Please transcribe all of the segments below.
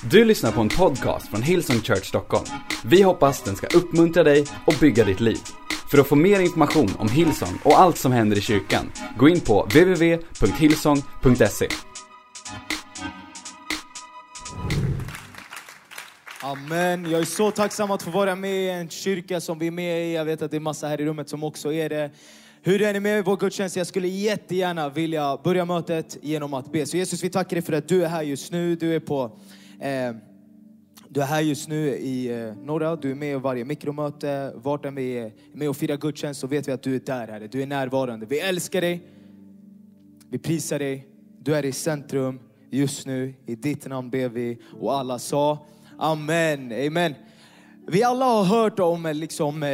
Du lyssnar på en podcast från Hillsong Church Stockholm. Vi hoppas den ska uppmuntra dig och bygga ditt liv. För att få mer information om Hillsong och allt som händer i kyrkan, gå in på www.hillsong.se. Amen. Jag är så tacksam att få vara med i en kyrka som vi är med i. Jag vet att det är massa här i rummet som också är det. Hur är ni med i vår gudstjänst? Jag skulle jättegärna vilja börja mötet genom att be. Så Jesus, vi tackar dig för att du är här just nu. Du är här just nu i norra. Du är med i varje mikromöte. Vart än vi är med och firar gudstjänst så vet vi att du är där, Herre. Du är närvarande. Vi älskar dig. Vi prisar dig. Du är i centrum just nu. I ditt namn ber vi. Och alla sa amen. Amen. Vi alla har hört om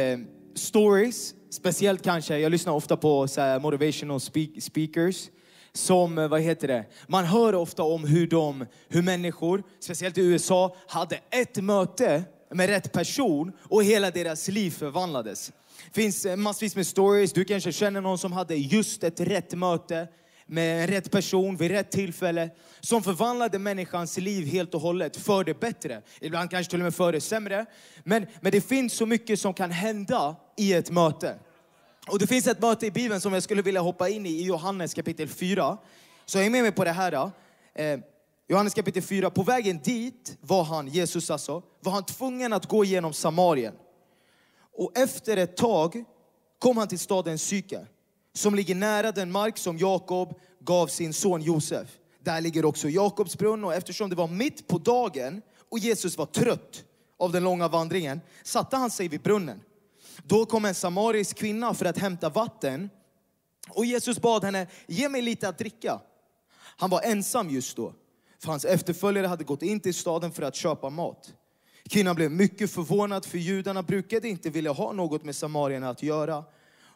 stories. Speciellt kanske, jag lyssnar ofta på så här motivational speakers. Som, man hör ofta om hur människor, speciellt i USA, hade ett möte med rätt person och hela deras liv förvandlades. Det finns massvis med stories. Du kanske känner någon som hade just ett rätt möte med rätt person vid rätt tillfälle som förvandlade människans liv helt och hållet för det bättre. Ibland kanske till och med för det sämre. Men det finns så mycket som kan hända i ett möte. Och det finns ett möte i Bibeln som jag skulle vilja hoppa in i Johannes kapitel 4. Så jag är med mig på det här. Johannes kapitel 4. På vägen dit Jesus var han tvungen att gå genom Samarien. Och efter ett tag kom han till staden Syke, som ligger nära den mark som Jakob gav sin son Josef. Där ligger också Jakobs brunn, och eftersom det var mitt på dagen och Jesus var trött av den långa vandringen satte han sig vid brunnen. Då kom en samarisk kvinna för att hämta vatten, och Jesus bad henne: ge mig lite att dricka. Han var ensam just då, för hans efterföljare hade gått in till staden för att köpa mat. Kvinnan blev mycket förvånad, för judarna brukade inte vilja ha något med samarierna att göra.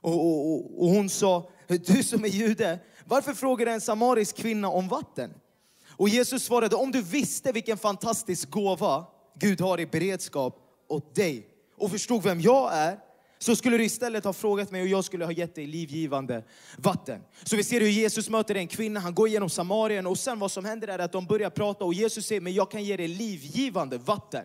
Och hon sa: du som är jude, varför frågar en samarisk kvinna om vatten? Och Jesus svarade: om du visste vilken fantastisk gåva Gud har i beredskap åt dig och förstod vem jag är, så skulle du istället ha frågat mig och jag skulle ha gett dig livgivande vatten. Så vi ser hur Jesus möter en kvinna. Han går igenom Samarien, och sen vad som händer är att de börjar prata, och Jesus säger: men jag kan ge dig livgivande vatten.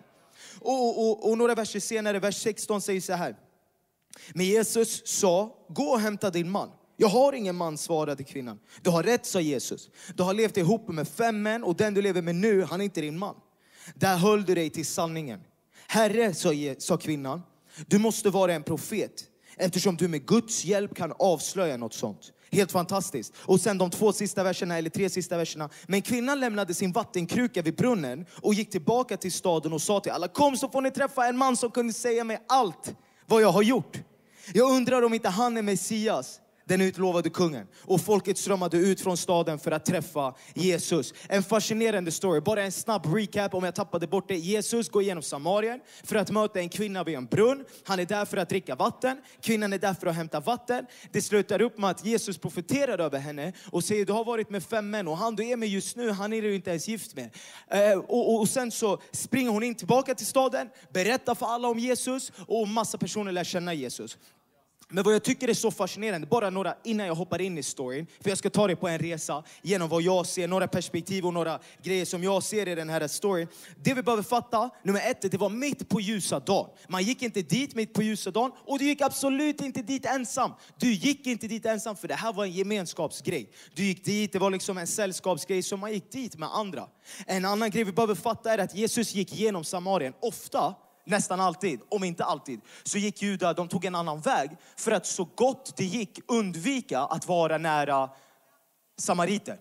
Och några verser senare, vers 16 säger så här: men Jesus sa: gå och hämta din man. Jag har ingen man, svarade kvinnan. Du har rätt, sa Jesus. Du har levt ihop med 5 män, och den du lever med nu, han är inte din man. Där höll du dig till sanningen. Herre, sa kvinnan, du måste vara en profet, eftersom du med Guds hjälp kan avslöja något sånt. Helt fantastiskt. Och sen de 3 sista verserna. Men kvinnan lämnade sin vattenkruka vid brunnen och gick tillbaka till staden och sa till alla: kom, så får ni träffa en man som kunde säga mig allt vad jag har gjort. Jag undrar om inte han är Messias, den utlovade kungen. Och folket strömmade ut från staden för att träffa Jesus. En fascinerande story. Bara en snabb recap om jag tappade bort det. Jesus går igenom Samarien för att möta en kvinna vid en brunn. Han är där för att dricka vatten. Kvinnan är där för att hämta vatten. Det slutar upp med att Jesus profeterar över henne och säger: du har varit med 5 män, och han du är med just nu, han är du inte ens gift med. Och sen så springer hon in tillbaka till staden, berättar för alla om Jesus, och massa personer lär känna Jesus. Men vad jag tycker är så fascinerande, bara några innan jag hoppar in i storyn, för jag ska ta det på en resa genom vad jag ser, några perspektiv och några grejer som jag ser i den här storyn. Det vi behöver fatta, nummer 1, det var mitt på ljusa dagen. Man gick inte dit mitt på ljusa dagen, och du gick absolut inte dit ensam. Du gick inte dit ensam, för det här var en gemenskapsgrej. Du gick dit, det var liksom en sällskapsgrej, som man gick dit med andra. En annan grej vi behöver fatta är att Jesus gick genom Samarien. Ofta, nästan alltid, om inte alltid, så gick judar, de tog en annan väg för att så gott det gick undvika att vara nära samariter.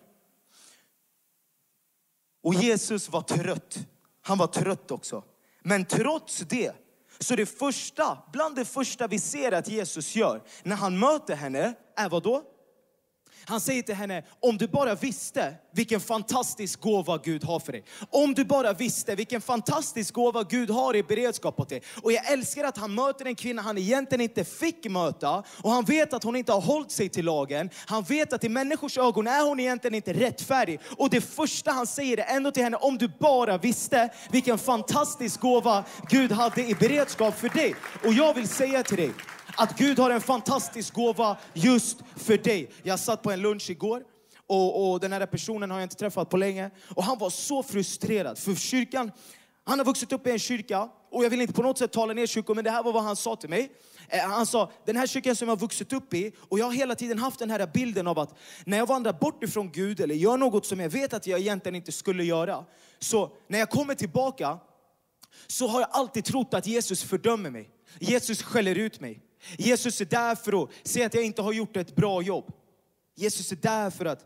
Och Jesus var trött. Han var trött också. Men trots det, så bland det första vi ser att Jesus gör när han möter henne är vad då? Han säger till henne: om du bara visste vilken fantastisk gåva Gud har för dig. Om du bara visste vilken fantastisk gåva Gud har i beredskap åt dig. Och jag älskar att han möter en kvinna han egentligen inte fick möta. Och han vet att hon inte har hållit sig till lagen. Han vet att i människors ögon är hon egentligen inte rättfärdig. Och det första han säger är ändå till henne: om du bara visste vilken fantastisk gåva Gud hade i beredskap för dig. Och jag vill säga till dig att Gud har en fantastisk gåva just för dig. Jag satt på en lunch igår Och den här personen har jag inte träffat på länge. Och han var så frustrerad. För kyrkan, han har vuxit upp i en kyrka. Och jag vill inte på något sätt tala ner kyrkor, men det här var vad han sa till mig. Han sa, den här kyrkan som jag har vuxit upp i, och jag har hela tiden haft den här bilden av att när jag vandrar bort ifrån Gud eller gör något som jag vet att jag egentligen inte skulle göra, så när jag kommer tillbaka så har jag alltid trott att Jesus fördömer mig. Jesus skäller ut mig. Jesus är där för att säga att jag inte har gjort ett bra jobb. Jesus är där för att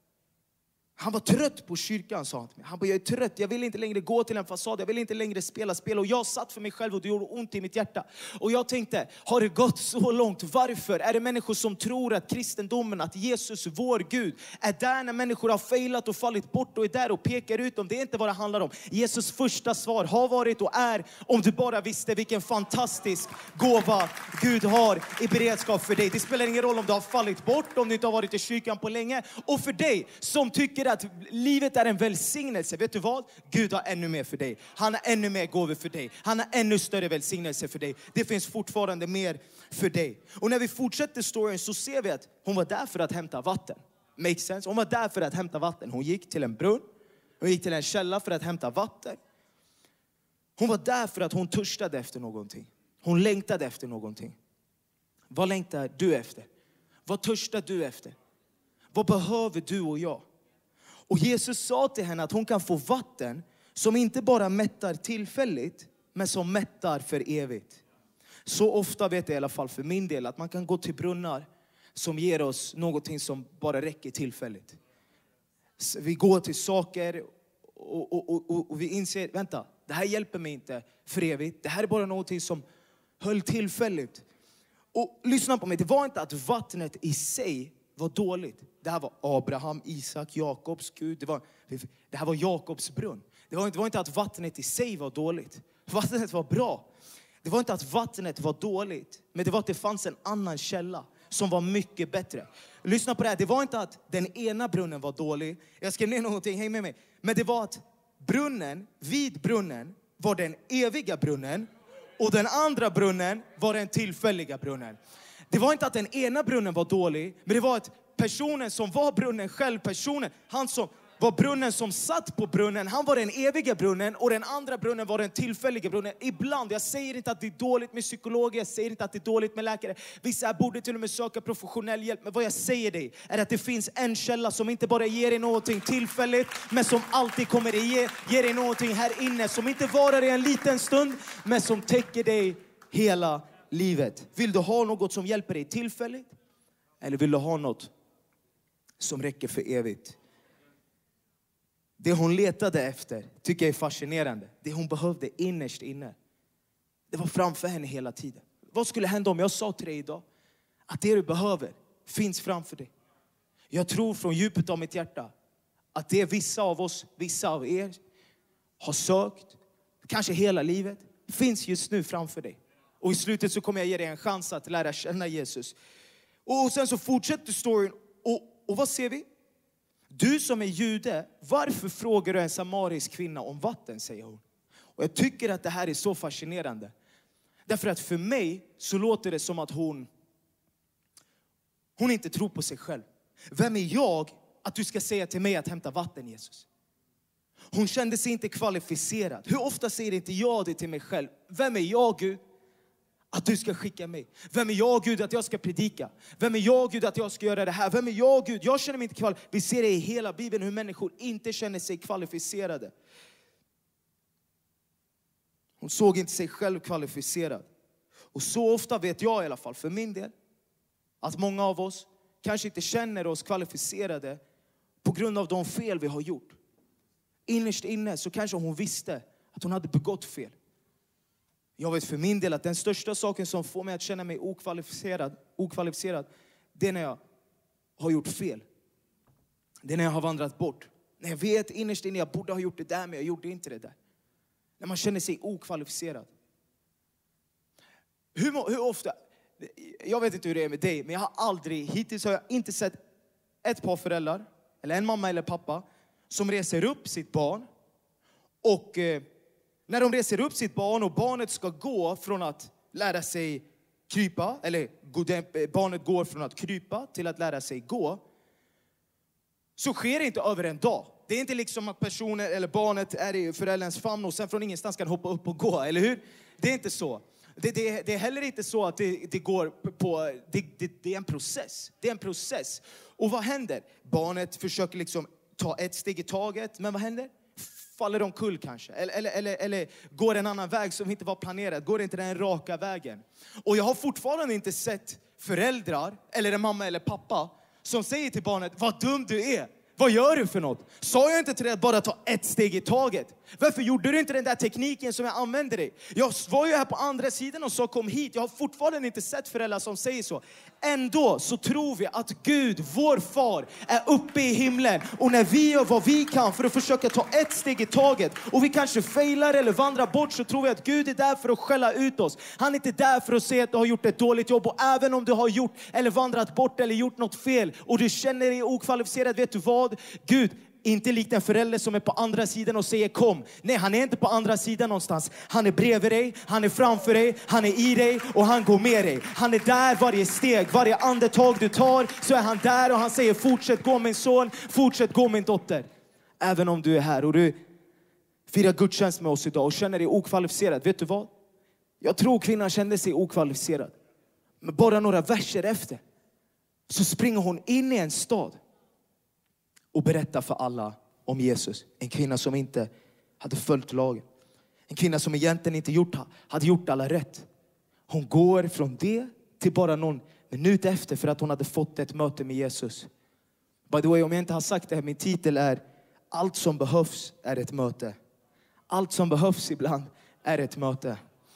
han var trött på kyrkan, sa han till mig. Han bara, jag är trött, jag vill inte längre gå till en fasad. Jag vill inte längre spela spel. Och jag satt för mig själv och det gjorde ont i mitt hjärta. Och jag tänkte, har det gått så långt? Varför är det människor som tror att kristendomen, att Jesus, vår Gud, är där när människor har failat och fallit bort och är där och pekar ut dem? Det är inte vad det handlar om. Jesus första svar har varit och är, om du bara visste vilken fantastisk gåva Gud har i beredskap för dig. Det spelar ingen roll om du har fallit bort, om du inte har varit i kyrkan på länge. Och för dig som tycker att livet är en välsignelse, vet du vad? Gud har ännu mer för dig. Han har ännu mer gåvor för dig. Han har ännu större välsignelse för dig. Det finns fortfarande mer för dig. Och när vi fortsätter storyn så ser vi att hon var där för att hämta vatten. Makes sense? Hon var där för att hämta vatten. Hon gick till en brunn. Hon gick till en källa för att hämta vatten. Hon var där för att hon törstade efter någonting. Hon längtade efter någonting. Vad längtar du efter? Vad törstar du efter? Vad behöver du och jag? Och Jesus sa till henne att hon kan få vatten som inte bara mättar tillfälligt, men som mättar för evigt. Så ofta vet jag i alla fall för min del att man kan gå till brunnar som ger oss någonting som bara räcker tillfälligt. Vi går till saker och vi inser, vänta, det här hjälper mig inte för evigt. Det här är bara någonting som höll tillfälligt. Och lyssna på mig, det var inte att vattnet i sig var dåligt. Det här var Abraham, Isak, Jakobs Gud. Det här var Jakobs brunn. Det var inte att vattnet i sig var dåligt. Vattnet var bra. Det var inte att vattnet var dåligt. Men det var att det fanns en annan källa som var mycket bättre. Lyssna på det här. Det var inte att den ena brunnen var dålig. Jag skrev ner någonting, häng med mig. Men det var att brunnen, vid brunnen, var den eviga brunnen. Och den andra brunnen var den tillfälliga brunnen. Det var inte att den ena brunnen var dålig, men det var att personen som var brunnen själv, han som var brunnen som satt på brunnen, han var den eviga brunnen och den andra brunnen var den tillfälliga brunnen. Ibland, jag säger inte att det är dåligt med psykologer, jag säger inte att det är dåligt med läkare. Vissa borde till och med söka professionell hjälp, men vad jag säger dig är att det finns en källa som inte bara ger dig någonting tillfälligt, men som alltid kommer ge dig någonting här inne, som inte varar i en liten stund, men som täcker dig hela livet. Vill du ha något som hjälper dig tillfälligt? Eller vill du ha något som räcker för evigt? Det hon letade efter tycker jag är fascinerande. Det hon behövde innerst inne, det var framför henne hela tiden. Vad skulle hända om jag sa till dig idag att det du behöver finns framför dig? Jag tror från djupet av mitt hjärta att det vissa av oss, vissa av er har sökt, kanske hela livet, finns just nu framför dig. Och i slutet så kommer jag ge dig en chans att lära känna Jesus. Och sen så fortsätter storyn. Och vad ser vi? Du som är jude, varför frågar du en samarisk kvinna om vatten, säger hon. Och jag tycker att det här är så fascinerande. Därför att för mig så låter det som att hon inte tror på sig själv. Vem är jag att du ska säga till mig att hämta vatten, Jesus? Hon kände sig inte kvalificerad. Hur ofta säger inte jag det till mig själv? Vem är jag, Gud, att du ska skicka mig? Vem är jag, Gud, att jag ska predika? Vem är jag, Gud, att jag ska göra det här? Vem är jag, Gud? Jag känner mig inte kvalificerad. Vi ser det i hela Bibeln hur människor inte känner sig kvalificerade. Hon såg inte sig själv kvalificerad. Och så ofta vet jag i alla fall för min del att många av oss kanske inte känner oss kvalificerade på grund av de fel vi har gjort. Innerst inne så kanske hon visste att hon hade begått fel. Jag vet för min del att den största saken som får mig att känna mig okvalificerad, det är när jag har gjort fel. Det är när jag har vandrat bort. När jag vet innerst inne jag borde ha gjort det där, men jag gjorde inte det där. När man känner sig okvalificerad. Hur ofta, jag vet inte hur det är med dig, men hittills har jag inte sett ett par föräldrar, eller en mamma eller pappa, som reser upp sitt barn. Och när de reser upp sitt barn och barnet ska gå från att lära sig krypa, eller barnet går från att krypa till att lära sig gå, så sker det inte över en dag. Det är inte liksom att personen eller barnet är i förälderns famn och sen från ingenstans kan hoppa upp och gå, eller hur? Det är inte så. Det är heller inte så att det går på... Det är en process. Det är en process. Och vad händer? Barnet försöker liksom ta ett steg i taget. Men vad händer? Faller omkull kanske. Eller går en annan väg som inte var planerad. Går inte den raka vägen. Och jag har fortfarande inte sett föräldrar, eller en mamma eller pappa, som säger till barnet, vad dum du är. Vad gör du för något? Sa jag inte till dig att bara ta ett steg i taget? Varför gjorde du inte den där tekniken som jag använde dig? Jag var ju här på andra sidan och sa kom hit. Jag har fortfarande inte sett föräldrar som säger så. Ändå så tror vi att Gud, vår far, är uppe i himlen. Och när vi gör vad vi kan för att försöka ta ett steg i taget och vi kanske failar eller vandrar bort, så tror vi att Gud är där för att skälla ut oss. Han är inte där för att säga att du har gjort ett dåligt jobb. Och även om du har gjort eller vandrat bort eller gjort något fel och du känner dig okvalificerad, vet du vad? Gud inte likt en förälder som är på andra sidan och säger kom. Nej, han är inte på andra sidan någonstans. Han är bredvid dig, han är framför dig, han är i dig och han går med dig. Han är där varje steg, varje andetag du tar så är han där och han säger fortsätt gå min son, fortsätt gå min dotter. Även om du är här och du firar gudstjänst med oss idag och känner dig okvalificerad. Vet du vad? Jag tror kvinnan kände sig okvalificerad. Men bara några verser efter så springer hon in i en stad och berättar för alla om Jesus. En kvinna som inte hade följt lagen. En kvinna som egentligen inte hade gjort alla rätt. Hon går från det till bara någon minut efter för att hon hade fått ett möte med Jesus. By the way, om jag inte har sagt det här, min titel är allt som behövs är ett möte. Allt som behövs ibland är ett möte.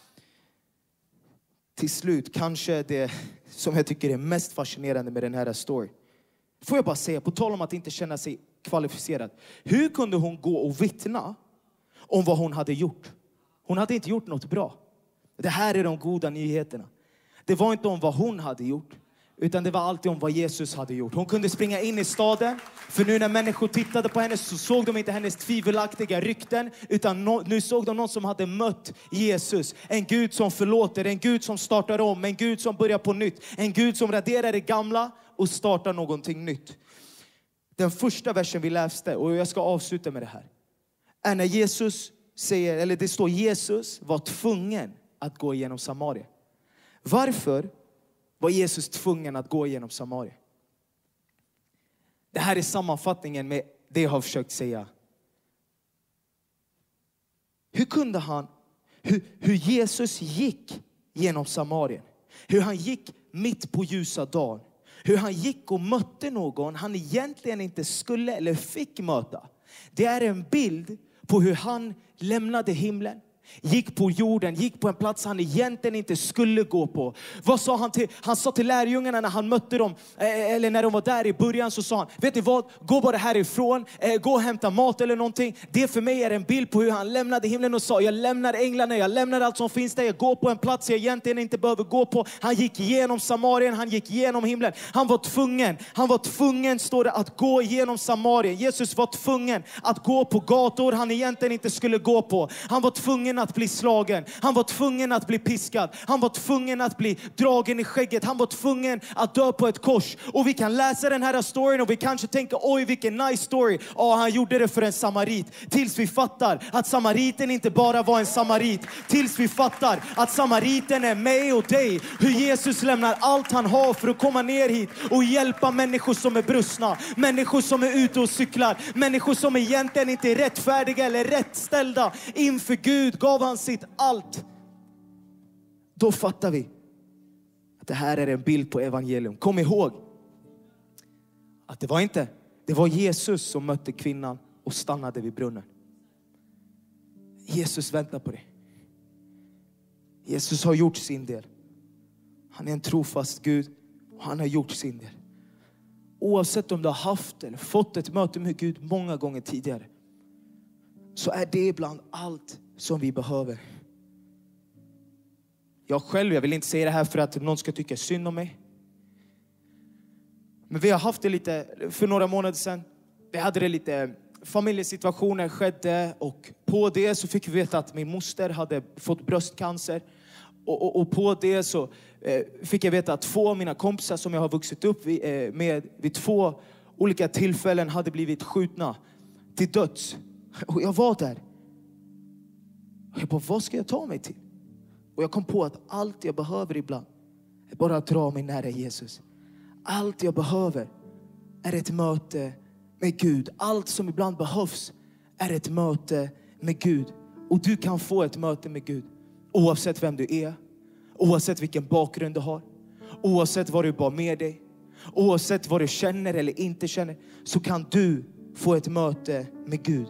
Till slut, kanske det som jag tycker är mest fascinerande med den här storyn. Får jag bara säga, på tal om att inte känna sig kvalificerad. Hur kunde hon gå och vittna om vad hon hade gjort? Hon hade inte gjort något bra. Det här är de goda nyheterna. Det var inte om vad hon hade gjort, utan det var alltid om vad Jesus hade gjort. Hon kunde springa in i staden, för nu när människor tittade på henne så såg de inte hennes tvivelaktiga rykten, utan nu såg de någon som hade mött Jesus. En Gud som förlåter, en Gud som startar om, en Gud som börjar på nytt. En Gud som raderar det gamla och startar någonting nytt. Den första versen vi läste, och jag ska avsluta med det här, är när Jesus säger, eller det står Jesus var tvungen att gå igenom Samarien. Varför var Jesus tvungen att gå igenom Samarien? Det här är sammanfattningen med det jag har försökt säga. Hur kunde han, hur Jesus gick genom Samarien, hur han gick mitt på ljusa dagen, hur han gick och mötte någon han egentligen inte skulle eller fick möta. Det är en bild på hur han lämnade himlen, gick på jorden, gick på en plats han egentligen inte skulle gå på. Vad sa han till? Han sa till lärjungarna när han mötte dem, eller när de var där i början, så sa han, vet ni vad? Gå bara härifrån, gå och hämta mat eller någonting. Det för mig är en bild på hur han lämnade himlen och sa, jag lämnar änglarna, jag lämnar allt som finns där, jag går på en plats jag egentligen inte behöver gå på. Han gick igenom Samarien, han gick igenom himlen. Han var tvungen står det, att gå igenom Samarien. Jesus var tvungen att gå på gator han egentligen inte skulle gå på. Han var tvungen att bli slagen. Han var tvungen att bli piskad. Han var tvungen att bli dragen i skägget. Han var tvungen att dö på ett kors. Och vi kan läsa den här storyn och vi kanske tänker, oj vilken nice story. Ja, han gjorde det för en samarit. Tills vi fattar att samariten inte bara var en samarit. Tills vi fattar att samariten är mig och dig. Hur Jesus lämnar allt han har för att komma ner hit och hjälpa människor som är brustna. Människor som är ute och cyklar. Människor som egentligen inte är rättfärdiga eller rättställda inför Gud. Gav han sitt allt. Då fattar vi att det här är en bild på evangelium. Kom ihåg att det var Jesus som mötte kvinnan och stannade vid brunnen. Jesus väntar på dig. Jesus har gjort sin del. Han är en trofast Gud och han har gjort sin del. Oavsett om du har haft eller fått ett möte med Gud många gånger tidigare, så är det ibland allt som vi behöver. Jag vill inte säga det här för att någon ska tycka synd om mig. Men vi har haft det lite för några månader sedan. Vi hade det lite, familjesituationen skedde och på det så fick vi veta att min moster hade fått bröstcancer. Och på det så fick jag veta att 2 av mina kompisar som jag har vuxit upp med, vid 2 olika tillfällen hade blivit skjutna till döds. Och jag var där. Och jag bara, vad ska jag ta mig till? Och jag kom på att allt jag behöver ibland är bara att dra mig nära Jesus. Allt jag behöver är ett möte med Gud. Allt som ibland behövs är ett möte med Gud. Och du kan få ett möte med Gud. Oavsett vem du är. Oavsett vilken bakgrund du har. Oavsett vad du bar med dig. Oavsett vad du känner eller inte känner. Så kan du få ett möte med Gud.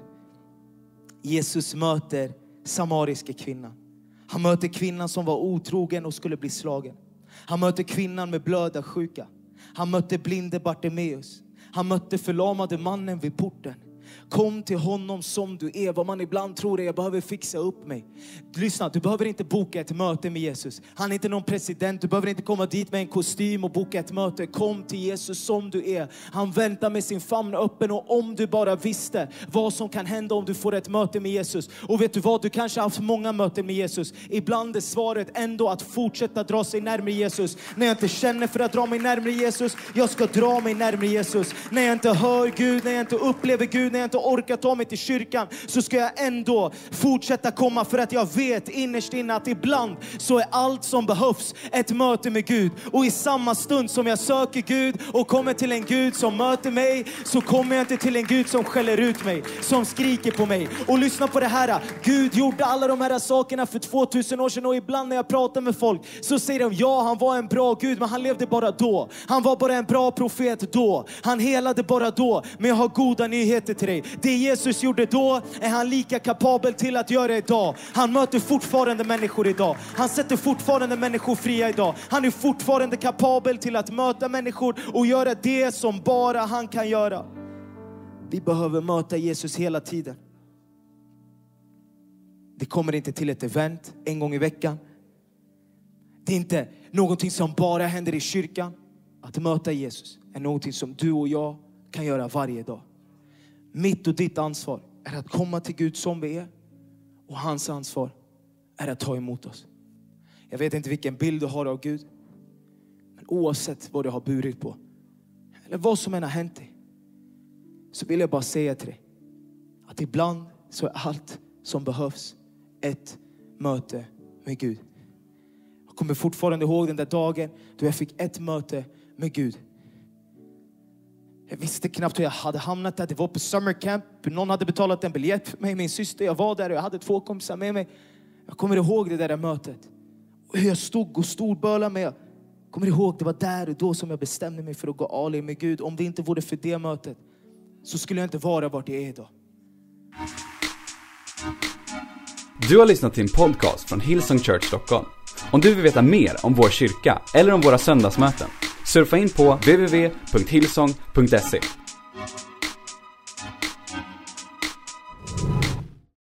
Jesus möter samariska kvinnan. Han möter kvinnan som var otrogen och skulle bli slagen. Han möter kvinnan med blöda sjuka. Han mötte blinde Bartimeus. Han mötte förlamade mannen vid porten. Kom till honom som du är. Vad man ibland tror är, jag behöver fixa upp mig. Lyssna, du behöver inte boka ett möte med Jesus. Han är inte någon president. Du behöver inte komma dit med en kostym och boka ett möte. Kom till Jesus som du är. Han väntar med sin famn öppen. Och om du bara visste vad som kan hända om du får ett möte med Jesus. Och vet du vad, du kanske har haft många möten med Jesus. Ibland är svaret ändå att fortsätta dra sig närmare Jesus. När jag inte känner för att dra mig närmare Jesus, jag ska dra mig närmare Jesus. När jag inte hör Gud, när jag inte upplever Gud, när jag inte orkar ta mig till kyrkan, så ska jag ändå fortsätta komma. För att jag vet innerst inne att ibland så är allt som behövs ett möte med Gud. Och i samma stund som jag söker Gud och kommer till en Gud som möter mig, så kommer jag inte till en Gud som skäller ut mig, som skriker på mig. Och lyssna på det här. Gud gjorde alla de här sakerna för 2000 år sedan. Och ibland när jag pratar med folk så säger de, ja, han var en bra Gud, men han levde bara då. Han var bara en bra profet då. Han helade bara då. Men jag har goda nyheter till dig. Det Jesus gjorde då är han lika kapabel till att göra idag. Han möter fortfarande människor idag. Han sätter fortfarande människor fria idag. Han är fortfarande kapabel till att möta människor och göra det som bara han kan göra. Vi behöver möta Jesus hela tiden. Det kommer inte till ett event en gång i veckan. Det är inte någonting som bara händer i kyrkan. Att möta Jesus är någonting som du och jag kan göra varje dag. Mitt och ditt ansvar är att komma till Gud som vi är. Och hans ansvar är att ta emot oss. Jag vet inte vilken bild du har av Gud. Men oavsett vad du har burit på, eller vad som än har hänt dig, så vill jag bara säga till dig att ibland så är allt som behövs ett möte med Gud. Jag kommer fortfarande ihåg den där dagen då jag fick ett möte med Gud. Jag visste knappt hur jag hade hamnat där. Det var på summer camp. Någon hade betalat en biljett för mig. Min syster, jag var där och jag hade 2 kompisar med mig. Jag kommer ihåg det där mötet. Och hur jag stod och storbölade med. Jag kommer ihåg, det var där och då som jag bestämde mig för att gå all in med Gud. Om det inte vore för det mötet, så skulle jag inte vara vart jag är idag. Du har lyssnat till en podcast från Hillsong Church Stockholm. Om du vill veta mer om vår kyrka eller om våra söndagsmöten, surfa in på www.hillsong.se.